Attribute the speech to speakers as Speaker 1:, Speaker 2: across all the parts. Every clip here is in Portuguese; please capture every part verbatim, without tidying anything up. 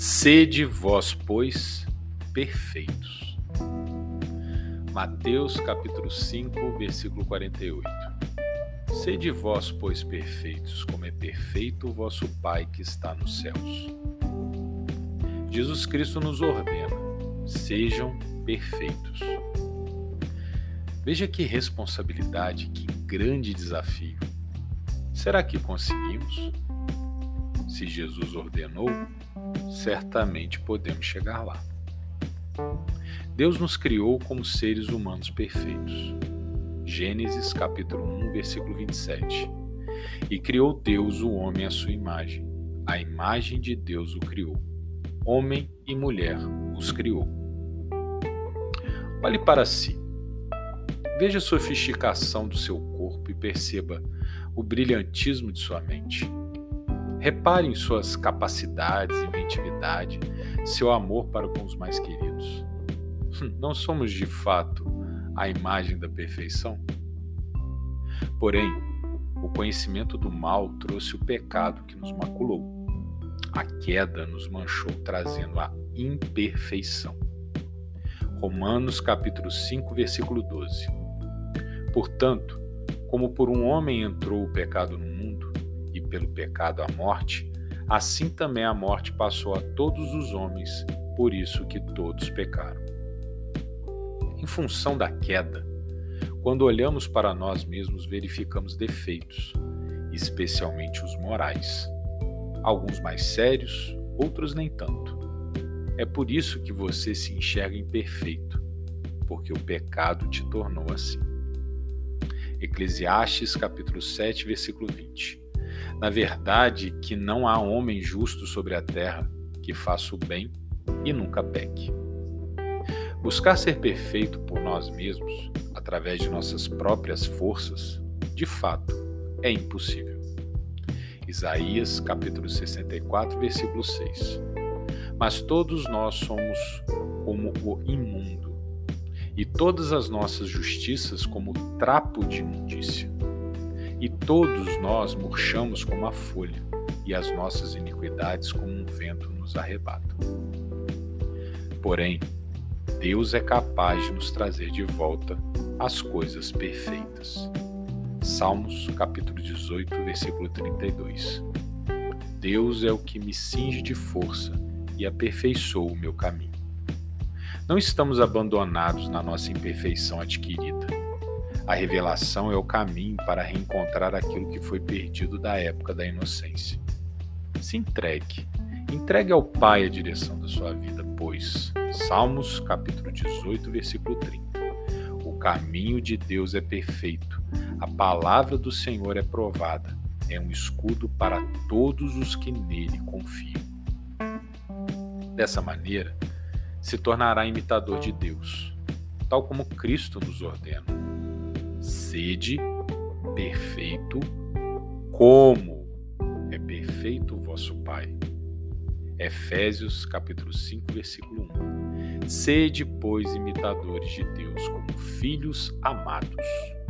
Speaker 1: Sede vós, pois, perfeitos. Mateus capítulo cinco, versículo quarenta e oito. Sede vós, pois, perfeitos, como é perfeito o vosso Pai que está nos céus. Jesus Cristo nos ordena: sejam perfeitos. Veja que responsabilidade, que grande desafio. Será que conseguimos? Se Jesus ordenou, certamente podemos chegar lá. Deus nos criou como seres humanos perfeitos. Gênesis capítulo um, versículo vinte e sete. E criou Deus o homem à sua imagem. A imagem de Deus o criou. Homem e mulher os criou. Olhe para si. Veja a sofisticação do seu corpo e perceba o brilhantismo de sua mente. Repare em suas capacidades, inventividade, seu amor para com os mais queridos. Não somos de fato a imagem da perfeição? Porém, o conhecimento do mal trouxe o pecado que nos maculou. A queda nos manchou, trazendo a imperfeição. Romanos capítulo cinco, versículo doze. Portanto, como por um homem entrou o pecado no mundo, e pelo pecado a morte, assim também a morte passou a todos os homens, por isso que todos pecaram. Em função da queda, quando olhamos para nós mesmos, verificamos defeitos, especialmente os morais. Alguns mais sérios, outros nem tanto. É por isso que você se enxerga imperfeito, porque o pecado te tornou assim. Eclesiastes capítulo sete, versículo vinte. Na verdade, que não há homem justo sobre a terra que faça o bem e nunca peque. Buscar ser perfeito por nós mesmos, através de nossas próprias forças, de fato, é impossível. Isaías capítulo sessenta e quatro, versículo seis. Mas todos nós somos como o imundo, e todas as nossas justiças como trapo de imundícia. E todos nós murchamos como a folha, e as nossas iniquidades como um vento nos arrebatam. Porém, Deus é capaz de nos trazer de volta as coisas perfeitas. Salmos capítulo dezoito, versículo trinta e dois. Deus é o que me cinge de força e aperfeiçoa o meu caminho. Não estamos abandonados na nossa imperfeição adquirida. A revelação é o caminho para reencontrar aquilo que foi perdido da época da inocência. Se entregue. Entregue ao Pai a direção da sua vida, pois Salmos capítulo dezoito, versículo trinta. O caminho de Deus é perfeito. A palavra do Senhor é provada. É um escudo para todos os que nele confiam. Dessa maneira, se tornará imitador de Deus, tal como Cristo nos ordena. Sede perfeito, como é perfeito o vosso Pai. Efésios capítulo cinco, versículo um. Sede, pois, imitadores de Deus como filhos amados.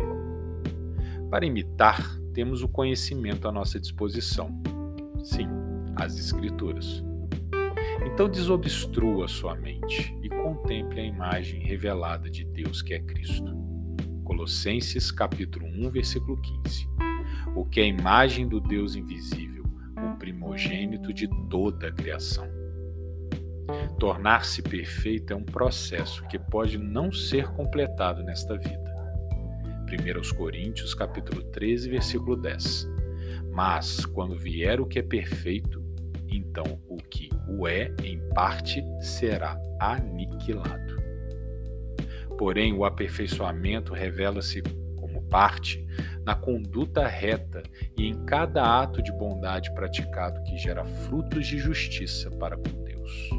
Speaker 1: Para imitar, temos o conhecimento à nossa disposição. Sim, as Escrituras. Então desobstrua sua mente e contemple a imagem revelada de Deus que é Cristo. Colossenses capítulo um, versículo quinze. O que é a imagem do Deus invisível, o primogênito de toda a criação. Tornar-se perfeito é um processo que pode não ser completado nesta vida. primeira Coríntios capítulo treze, versículo dez. Mas, quando vier o que é perfeito, então o que o é, em parte, será aniquilado. Porém, o aperfeiçoamento revela-se como parte na conduta reta e em cada ato de bondade praticado que gera frutos de justiça para com Deus.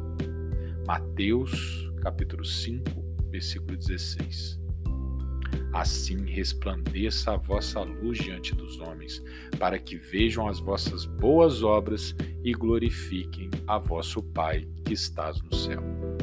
Speaker 1: Mateus, capítulo cinco, versículo dezesseis. Assim resplandeça a vossa luz diante dos homens, para que vejam as vossas boas obras e glorifiquem a vosso Pai que estás no céu.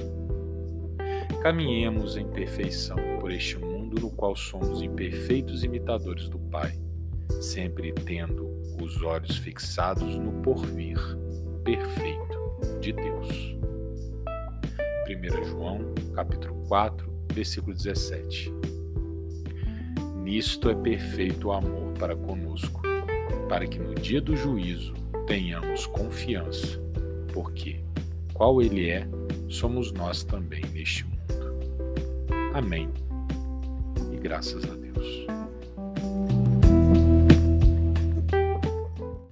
Speaker 1: Caminhemos em perfeição por este mundo no qual somos imperfeitos imitadores do Pai, sempre tendo os olhos fixados no porvir perfeito de Deus. primeiro João, capítulo quatro, versículo dezessete. Nisto é perfeito o amor para conosco, para que no dia do juízo tenhamos confiança, porque, qual Ele é, somos nós também neste mundo. Amém. E graças a Deus.